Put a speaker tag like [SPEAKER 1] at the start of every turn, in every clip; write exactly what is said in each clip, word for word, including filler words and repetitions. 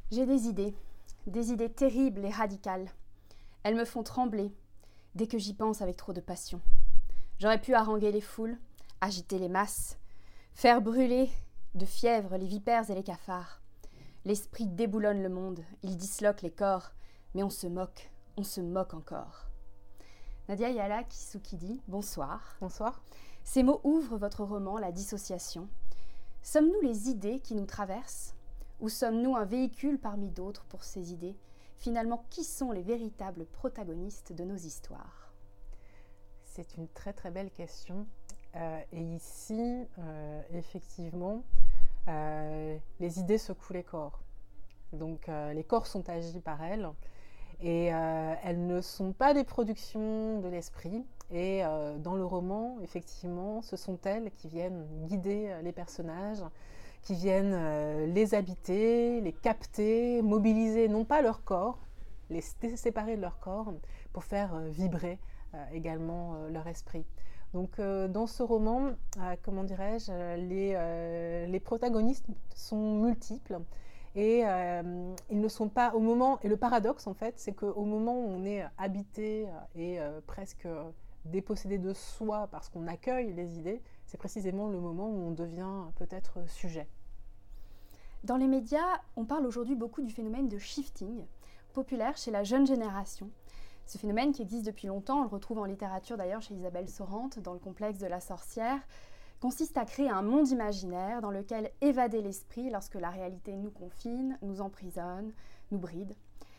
[SPEAKER 1] J'ai des idées, des idées terribles et radicales. Elles me font trembler dès que j'y pense avec trop de passion. J'aurais pu haranguer les foules, agiter les masses, faire brûler de fièvre les vipères et les cafards. L'esprit déboulonne le monde, il disloque les corps, mais on se moque, on se moque encore. Nadia Yala Kisukidi, bonsoir.
[SPEAKER 2] Bonsoir.
[SPEAKER 1] Ces mots ouvrent votre roman, La dissociation. Sommes-nous les idées qui nous traversent ? Ou sommes-nous un véhicule parmi d'autres pour ces idées ? Finalement, qui sont les véritables protagonistes de nos histoires ?
[SPEAKER 2] C'est une très très belle question. Euh, et ici, euh, effectivement, euh, les idées secouent les corps. Donc euh, les corps sont agis par elles. Et euh, elles ne sont pas des productions de l'esprit. Et euh, dans le roman, effectivement, ce sont elles qui viennent guider les personnages, qui viennent euh, les habiter, les capter, mobiliser non pas leur corps, les séparer de leur corps pour faire euh, vibrer euh, également euh, leur esprit. Donc euh, dans ce roman, euh, comment dirais-je, les, euh, les protagonistes sont multiples. Et euh, ils ne sont pas au moment, et le paradoxe en fait, c'est qu'au moment où on est habité et euh, presque dépossédé de soi parce qu'on accueille les idées, c'est précisément le moment où on devient peut-être sujet.
[SPEAKER 1] Dans les médias, on parle aujourd'hui beaucoup du phénomène de shifting, populaire chez la jeune génération. Ce phénomène qui existe depuis longtemps, on le retrouve en littérature d'ailleurs chez Isabelle Sorante, dans le complexe de la sorcière, consiste à créer un monde imaginaire dans lequel évader l'esprit lorsque la réalité nous confine, nous emprisonne, nous bride.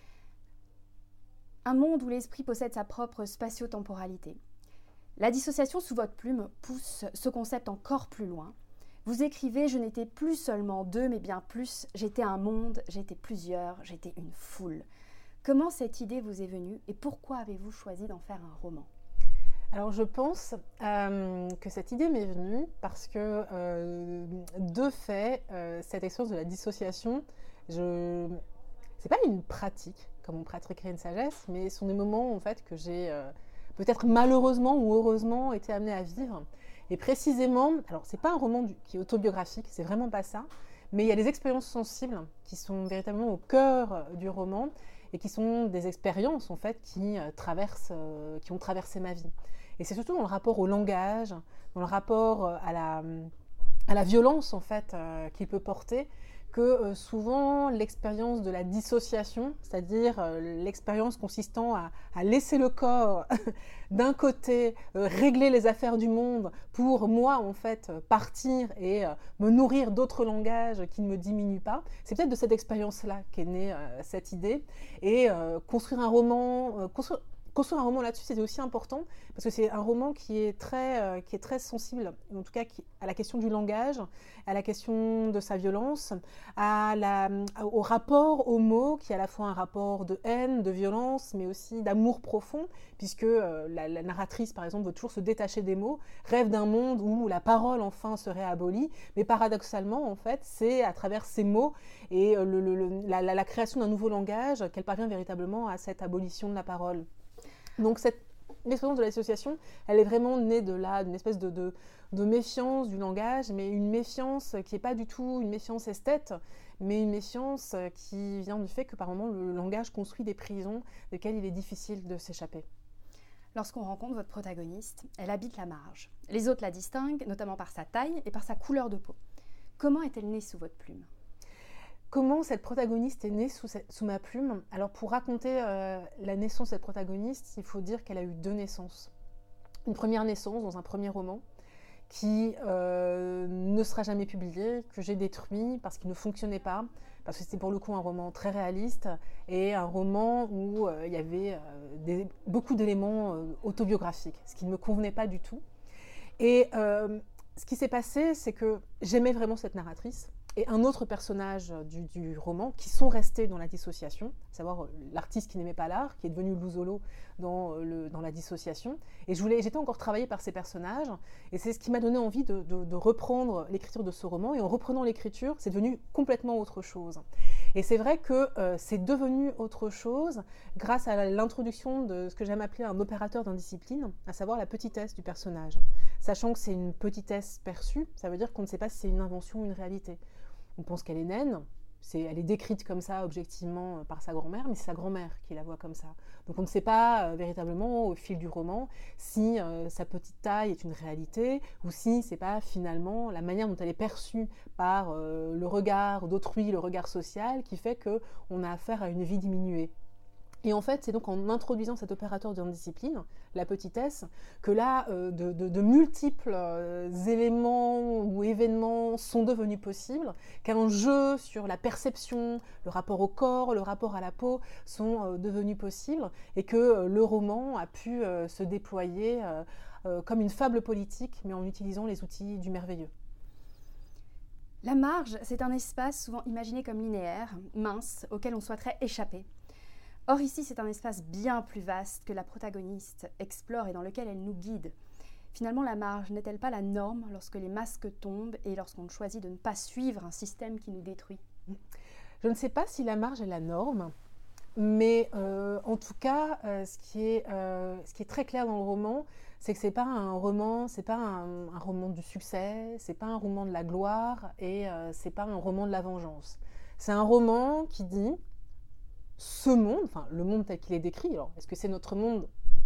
[SPEAKER 1] Un monde où l'esprit possède sa propre spatio-temporalité. La dissociation sous votre plume pousse ce concept encore plus loin. Vous écrivez « Je n'étais plus seulement deux, mais bien plus. J'étais un monde, j'étais plusieurs, j'étais une foule ». Comment cette idée vous est venue et pourquoi avez-vous choisi d'en faire un roman ?
[SPEAKER 2] Alors je pense euh, que cette idée m'est venue parce que, euh, de fait, euh, cette expérience de la dissociation, je... c'est pas une pratique, comme on pratiquerait une sagesse, mais ce sont des moments en fait, que j'ai euh, peut-être malheureusement ou heureusement été amenée à vivre. Et précisément, alors c'est pas un roman du, qui est autobiographique, c'est vraiment pas ça, mais il y a des expériences sensibles qui sont véritablement au cœur du roman et qui sont des expériences en fait qui, euh, traversent, euh, qui ont traversé ma vie. Et c'est surtout dans le rapport au langage, dans le rapport à la, à la violence en fait euh, qu'il peut porter, que euh, souvent l'expérience de la dissociation, c'est-à-dire euh, l'expérience consistant à, à laisser le corps d'un côté, euh, régler les affaires du monde pour moi en fait partir et euh, me nourrir d'autres langages qui ne me diminuent pas, c'est peut-être de cette expérience-là qu'est née euh, cette idée. Et euh, construire un roman, euh, construire Construire un roman là-dessus, c'était aussi important, parce que c'est un roman qui est très, euh, qui est très sensible, en tout cas qui, à la question du langage, à la question de sa violence, à la, au rapport aux mots, qui est à la fois un rapport de haine, de violence, mais aussi d'amour profond, puisque euh, la, la narratrice, par exemple, veut toujours se détacher des mots, rêve d'un monde où la parole, enfin, serait abolie, mais paradoxalement, en fait, c'est à travers ces mots et euh, le, le, la, la, la création d'un nouveau langage qu'elle parvient véritablement à cette abolition de la parole. Donc cette expérience de l'association, elle est vraiment née de là, d'une espèce de, de, de méfiance du langage, mais une méfiance qui n'est pas du tout une méfiance esthète, mais une méfiance qui vient du fait que par moments le langage construit des prisons desquelles il est difficile de s'échapper.
[SPEAKER 1] Lorsqu'on rencontre votre protagoniste, elle habite la marge. Les autres la distinguent, notamment par sa taille et par sa couleur de peau. Comment est-elle née sous votre plume ?
[SPEAKER 2] Comment cette protagoniste est née sous, cette, sous ma plume ? Alors pour raconter euh, la naissance de cette protagoniste, il faut dire qu'elle a eu deux naissances. Une première naissance dans un premier roman qui euh, ne sera jamais publié, que j'ai détruit parce qu'il ne fonctionnait pas, parce que c'était pour le coup un roman très réaliste et un roman où euh, il y avait euh, des, beaucoup d'éléments euh, autobiographiques, ce qui ne me convenait pas du tout. Et euh, ce qui s'est passé, c'est que j'aimais vraiment cette narratrice, et un autre personnage du, du roman qui sont restés dans la dissociation, à savoir l'artiste qui n'aimait pas l'art, qui est devenu Louzolo dans, le, dans la dissociation. Et je voulais, j'étais encore travaillée par ces personnages, et c'est ce qui m'a donné envie de, de, de reprendre l'écriture de ce roman. Et en reprenant l'écriture, c'est devenu complètement autre chose. Et c'est vrai que euh, c'est devenu autre chose grâce à l'introduction de ce que j'aime appeler un opérateur d'indiscipline, à savoir la petitesse du personnage. Sachant que c'est une petitesse perçue, ça veut dire qu'on ne sait pas si c'est une invention ou une réalité. On pense qu'elle est naine, C'est, elle est décrite comme ça objectivement par sa grand-mère, mais c'est sa grand-mère qui la voit comme ça. Donc on ne sait pas euh, véritablement au fil du roman si euh, sa petite taille est une réalité ou si c'est pas finalement la manière dont elle est perçue par euh, le regard d'autrui, le regard social, qui fait qu'on a affaire à une vie diminuée. Et en fait, c'est donc en introduisant cet opérateur d'indiscipline, la petitesse, que là, euh, de, de, de multiples euh, éléments ou événements sont devenus possibles, qu'un jeu sur la perception, le rapport au corps, le rapport à la peau sont euh, devenus possibles, et que euh, le roman a pu euh, se déployer euh, euh, comme une fable politique, mais en utilisant les outils du merveilleux.
[SPEAKER 1] La marge, c'est un espace souvent imaginé comme linéaire, mince, auquel on souhaiterait échapper. Or ici, c'est un espace bien plus vaste que la protagoniste explore et dans lequel elle nous guide. Finalement, la marge n'est-elle pas la norme lorsque les masques tombent et lorsqu'on choisit de ne pas suivre un système qui nous détruit ?
[SPEAKER 2] Je ne sais pas si la marge est la norme, mais euh, en tout cas, euh, ce, qui est, euh, ce qui est très clair dans le roman, c'est que c'est pas un roman, c'est pas un, un roman du succès, c'est pas un roman de la gloire et euh, c'est pas un roman de la vengeance. C'est un roman qui dit ce monde, enfin le monde tel qu'il est décrit, alors est-ce que c'est notre monde ?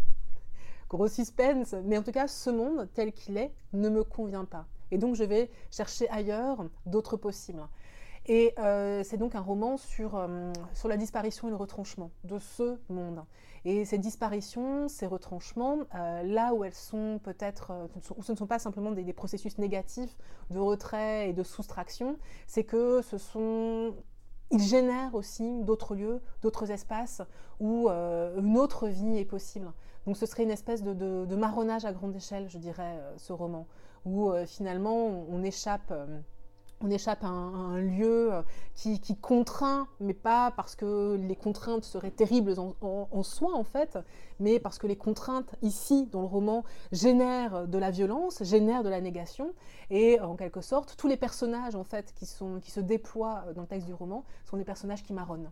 [SPEAKER 2] Gros suspense, mais en tout cas ce monde tel qu'il est ne me convient pas. Et donc je vais chercher ailleurs d'autres possibles. Et euh, c'est donc un roman sur, euh, sur la disparition et le retranchement de ce monde. Et ces disparitions, ces retranchements, euh, là où elles sont peut-être, euh, ce ne sont pas simplement des, des processus négatifs de retrait et de soustraction, c'est que ce sont... Ils génèrent aussi d'autres lieux, d'autres espaces où euh, une autre vie est possible. Donc ce serait une espèce de, de, de marronnage à grande échelle, je dirais, euh, ce roman, où euh, finalement on, on échappe... Euh, On échappe à un, à un lieu qui, qui contraint, mais pas parce que les contraintes seraient terribles en, en, en soi, en fait, mais parce que les contraintes, ici, dans le roman, génèrent de la violence, génèrent de la négation, et en quelque sorte, tous les personnages, en fait, qui, sont, qui se déploient dans le texte du roman sont des personnages qui marronnent.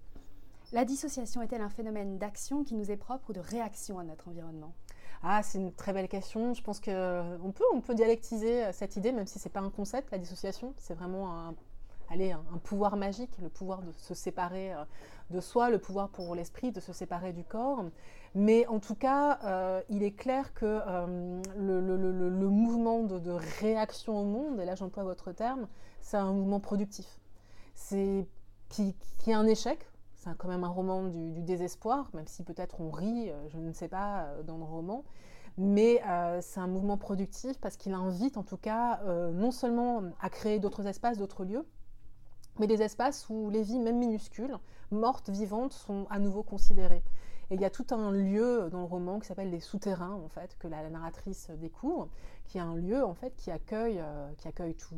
[SPEAKER 1] La dissociation est-elle un phénomène d'action qui nous est propre ou de réaction à notre environnement ?
[SPEAKER 2] Ah, c'est une très belle question. Je pense qu'on peut, on peut dialectiser cette idée, même si ce n'est pas un concept, la dissociation. C'est vraiment un, allez, un, un pouvoir magique, le pouvoir de se séparer de soi, le pouvoir pour l'esprit de se séparer du corps. Mais en tout cas, euh, il est clair que euh, le, le, le, le mouvement de, de réaction au monde, et là j'emploie votre terme, c'est un mouvement productif. C'est qui, qui est un échec. C'est quand même un roman du, du désespoir, même si peut-être on rit, je ne sais pas, dans le roman. Mais euh, c'est un mouvement productif parce qu'il invite en tout cas euh, non seulement à créer d'autres espaces, d'autres lieux, mais des espaces où les vies, même minuscules, mortes, vivantes, sont à nouveau considérées. Et il y a tout un lieu dans le roman qui s'appelle les souterrains, en fait, que la, la narratrice découvre, qui est un lieu en fait qui accueille, euh, qui accueille tous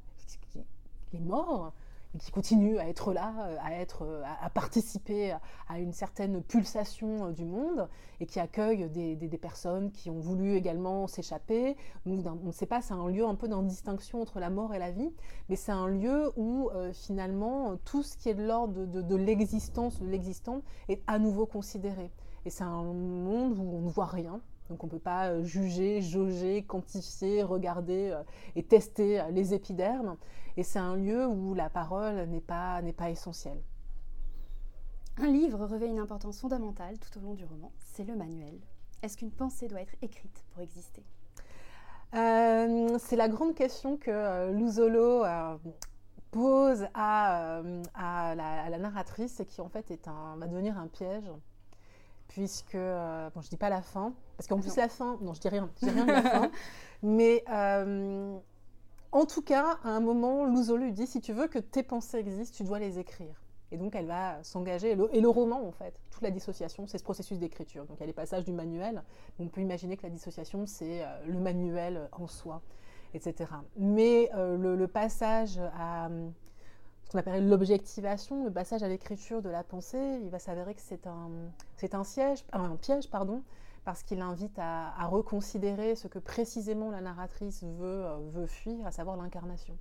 [SPEAKER 2] les morts, et qui continue à être là, à, être, à participer à une certaine pulsation du monde, et qui accueille des, des, des personnes qui ont voulu également s'échapper. Donc, on ne sait pas, c'est un lieu un peu d'indistinction entre la mort et la vie, mais c'est un lieu où euh, finalement tout ce qui est de l'ordre de, de, de l'existence, de l'existant, est à nouveau considéré. Et c'est un monde où on ne voit rien. Donc on ne peut pas juger, jauger, quantifier, regarder euh, et tester euh, les épidermes. Et c'est un lieu où la parole n'est pas, n'est pas essentielle.
[SPEAKER 1] Un livre revêt une importance fondamentale tout au long du roman, c'est le manuel. Est-ce qu'une pensée doit être écrite pour exister ?
[SPEAKER 2] euh, C'est la grande question que euh, Luzolo euh, pose à, euh, à, la, à la narratrice et qui en fait est un, va devenir un piège. Puisque, euh, bon, je ne dis pas la fin, parce qu'en
[SPEAKER 1] ah
[SPEAKER 2] plus
[SPEAKER 1] non.
[SPEAKER 2] la fin, non, je dis rien, je dis rien de la fin, mais euh, en tout cas, à un moment, Luzolo lui dit, si tu veux que tes pensées existent, tu dois les écrire. Et donc, elle va s'engager, et le, et le roman, en fait, toute la dissociation, c'est ce processus d'écriture. Donc, il y a les passages du manuel, on peut imaginer que la dissociation, c'est euh, le manuel en soi, et cetera. Mais euh, le, le passage à... ce qu'on appelle l'objectivation, le passage à l'écriture de la pensée, il va s'avérer que c'est un, c'est un, siège, un piège, pardon, parce qu'il invite à, à reconsidérer ce que précisément la narratrice veut, veut fuir, à savoir l'incarnation.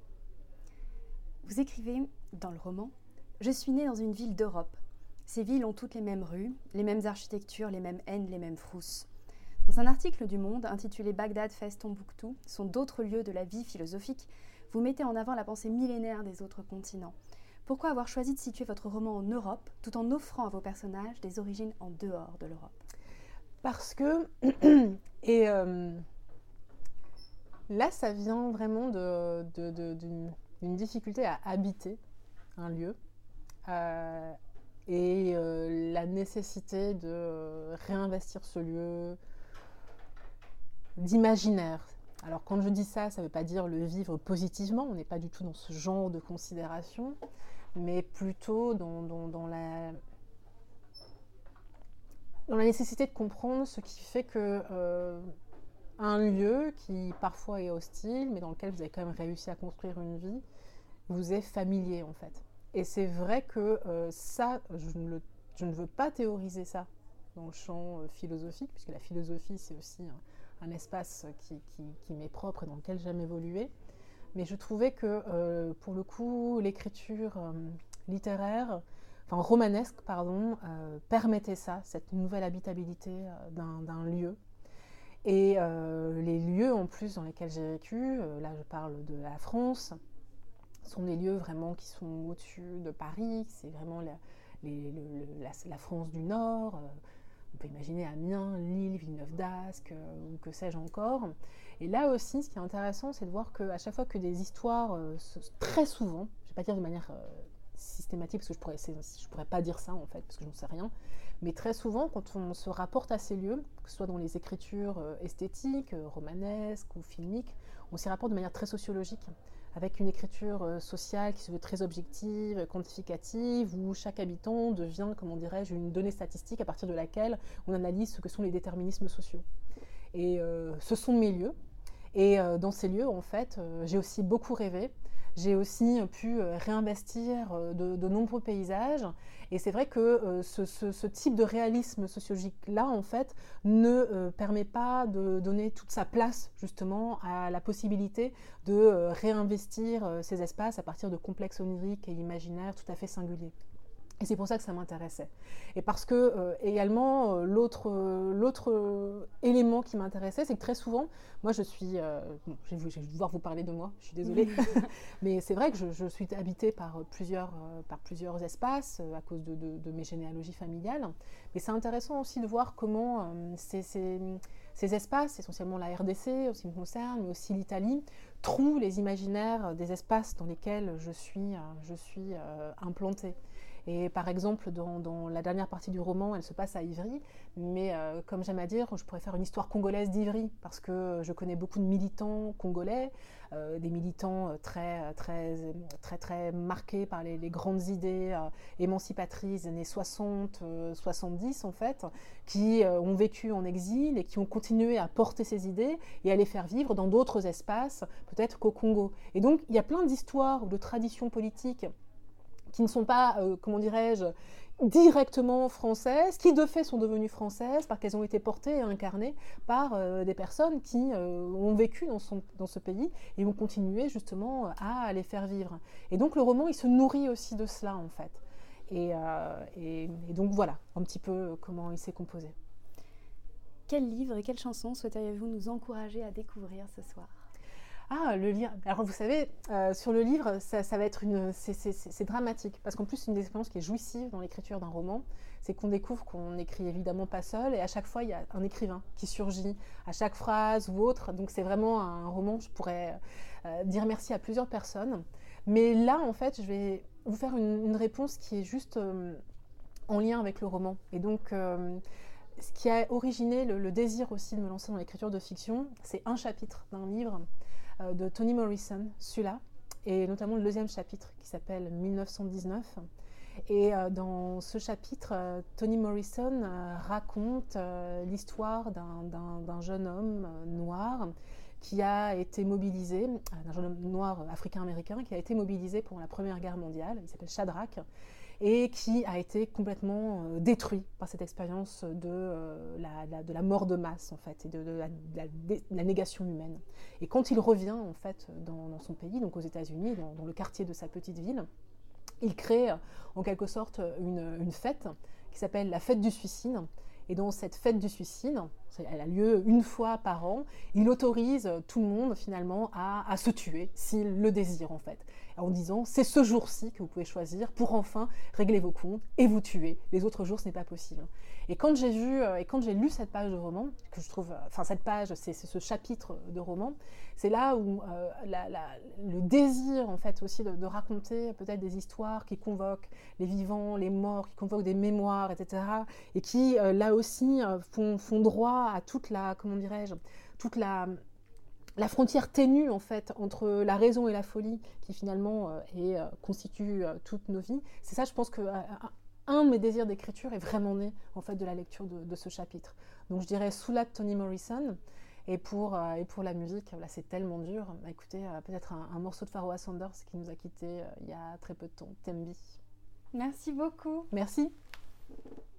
[SPEAKER 1] Vous écrivez dans le roman « Je suis née dans une ville d'Europe. Ces villes ont toutes les mêmes rues, les mêmes architectures, les mêmes haines, les mêmes frousses. » Dans un article du Monde intitulé « Bagdad, Fès, Tombouctou sont d'autres lieux de la vie philosophique », vous mettez en avant la pensée millénaire des autres continents. Pourquoi avoir choisi de situer votre roman en Europe, tout en offrant à vos personnages des origines en dehors de l'Europe?
[SPEAKER 2] Parce que, et euh, là, ça vient vraiment de, de, de, d'une, d'une difficulté à habiter un lieu euh, et euh, la nécessité de réinvestir ce lieu d'imaginaire. Alors quand je dis ça, ça ne veut pas dire le vivre positivement, on n'est pas du tout dans ce genre de considération, mais plutôt dans, dans, dans, la, dans la nécessité de comprendre ce qui fait que euh, un lieu qui parfois est hostile, mais dans lequel vous avez quand même réussi à construire une vie, vous est familier en fait. Et c'est vrai que euh, ça, je ne, le, je ne veux pas théoriser ça dans le champ euh, philosophique, puisque la philosophie c'est aussi un, un espace qui, qui, qui m'est propre et dans lequel j'aime évoluer. Mais je trouvais que euh, pour le coup, l'écriture euh, littéraire, enfin romanesque, pardon, euh, permettait ça, cette nouvelle habitabilité euh, d'un, d'un lieu. Et euh, les lieux en plus dans lesquels j'ai vécu, euh, là je parle de la France, sont des lieux vraiment qui sont au-dessus de Paris, c'est vraiment la, les, le, la, la France du Nord, euh, on peut imaginer Amiens, Lille, Villeneuve-d'Ascq, euh, ou que sais-je encore. Et là aussi, ce qui est intéressant, c'est de voir qu'à chaque fois que des histoires, euh, se, très souvent, je ne vais pas dire de manière euh, systématique, parce que je pourrais, je ne pourrais pas dire ça en fait, parce que je n'en sais rien, mais très souvent, quand on se rapporte à ces lieux, que ce soit dans les écritures euh, esthétiques, euh, romanesques ou filmiques, on s'y rapporte de manière très sociologique, avec une écriture euh, sociale qui se veut très objective, quantificative, où chaque habitant devient, comment dirais-je, une donnée statistique à partir de laquelle on analyse ce que sont les déterminismes sociaux. Et euh, ce sont mes lieux. Et euh, dans ces lieux, en fait, euh, j'ai aussi beaucoup rêvé. J'ai aussi pu euh, réinvestir euh, de, de nombreux paysages. Et c'est vrai que euh, ce, ce, ce type de réalisme sociologique-là, en fait, ne euh, permet pas de donner toute sa place, justement, à la possibilité de euh, réinvestir euh, ces espaces à partir de complexes oniriques et imaginaires tout à fait singuliers. Et c'est pour ça que ça m'intéressait. Et parce que, euh, également, euh, l'autre, euh, l'autre euh, élément qui m'intéressait, c'est que très souvent, moi je suis, euh, bon, je, vais, je vais devoir vous parler de moi, je suis désolée, mais c'est vrai que je, je suis habitée par plusieurs, euh, par plusieurs espaces euh, à cause de, de, de mes généalogies familiales. Mais c'est intéressant aussi de voir comment euh, ces, ces, ces espaces, essentiellement la R D C, en ce qui me concerne, mais aussi l'Italie, trouent les imaginaires des espaces dans lesquels je suis, euh, je suis euh, implantée. Et par exemple, dans, dans la dernière partie du roman, elle se passe à Ivry, mais euh, comme j'aime à dire, je pourrais faire une histoire congolaise d'Ivry, parce que je connais beaucoup de militants congolais, euh, des militants très, très, très, très marqués par les, les grandes idées euh, émancipatrices des années soixante, soixante-dix en fait, qui euh, ont vécu en exil et qui ont continué à porter ces idées et à les faire vivre dans d'autres espaces, peut-être qu'au Congo. Et donc, il y a plein d'histoires ou de traditions politiques qui ne sont pas, euh, comment dirais-je, directement françaises, qui de fait sont devenues françaises parce qu'elles ont été portées et incarnées par euh, des personnes qui euh, ont vécu dans, son, dans ce pays et ont continué justement à les faire vivre. Et donc le roman, il se nourrit aussi de cela en fait. Et, euh, et, et donc voilà un petit peu comment il s'est composé.
[SPEAKER 1] Quel livre et quelle chanson souhaiteriez-vous nous encourager à découvrir ce soir ?
[SPEAKER 2] Ah, le livre. Alors, vous savez, euh, sur le livre, ça, ça va être une. C'est, c'est, c'est dramatique. Parce qu'en plus, c'est une expérience qui est jouissive dans l'écriture d'un roman. C'est qu'on découvre qu'on n'écrit évidemment pas seul. Et à chaque fois, il y a un écrivain qui surgit à chaque phrase ou autre. Donc, c'est vraiment un roman. Je pourrais euh, dire merci à plusieurs personnes. Mais là, en fait, je vais vous faire une, une réponse qui est juste euh, en lien avec le roman. Et donc. Euh, ce qui a originé le, le désir aussi de me lancer dans l'écriture de fiction, c'est un chapitre d'un livre euh, de Toni Morrison, celui-là, et notamment le deuxième chapitre qui s'appelle mille neuf cent dix-neuf. Et euh, dans ce chapitre, euh, Toni Morrison euh, raconte euh, l'histoire d'un, d'un, d'un jeune homme euh, noir qui a été mobilisé, euh, d'un jeune homme noir africain-américain qui a été mobilisé pendant la Première Guerre mondiale, il s'appelle Shadrach, et qui a été complètement euh, détruit par cette expérience de, euh, la, la, de la mort de masse en fait, et de, de, la, de, la, de la négation humaine. Et quand il revient en fait dans, dans son pays, donc aux États-Unis, dans, dans le quartier de sa petite ville, il crée en quelque sorte une, une fête qui s'appelle la fête du suicide. Et dans cette fête du suicide, elle a lieu une fois par an. Il autorise tout le monde finalement à, à se tuer s'il le désire en fait, en disant c'est ce jour-ci que vous pouvez choisir pour enfin régler vos comptes et vous tuer. Les autres jours ce n'est pas possible. Et quand j'ai vu et quand j'ai lu cette page de roman, que je trouve, enfin cette page, c'est, c'est ce chapitre de roman, c'est là où euh, la, la, le désir en fait aussi de, de raconter peut-être des histoires qui convoquent les vivants, les morts, qui convoquent des mémoires, et cetera. Et qui euh, là aussi euh, font, font droit à toute la, comment dirais-je, toute la la frontière ténue en fait entre la raison et la folie qui finalement euh, est, euh, constitue euh, toutes nos vies. C'est ça, je pense que euh, un de mes désirs d'écriture est vraiment né en fait de la lecture de, de ce chapitre. Donc je dirais Sula de Toni Morrison. Et pour, euh, et pour la musique, là c'est tellement dur. Bah, écoutez, euh, peut-être un, un morceau de Pharoah Sanders qui nous a quittés euh, il y a très peu de temps, Tembi.
[SPEAKER 1] Merci beaucoup.
[SPEAKER 2] Merci.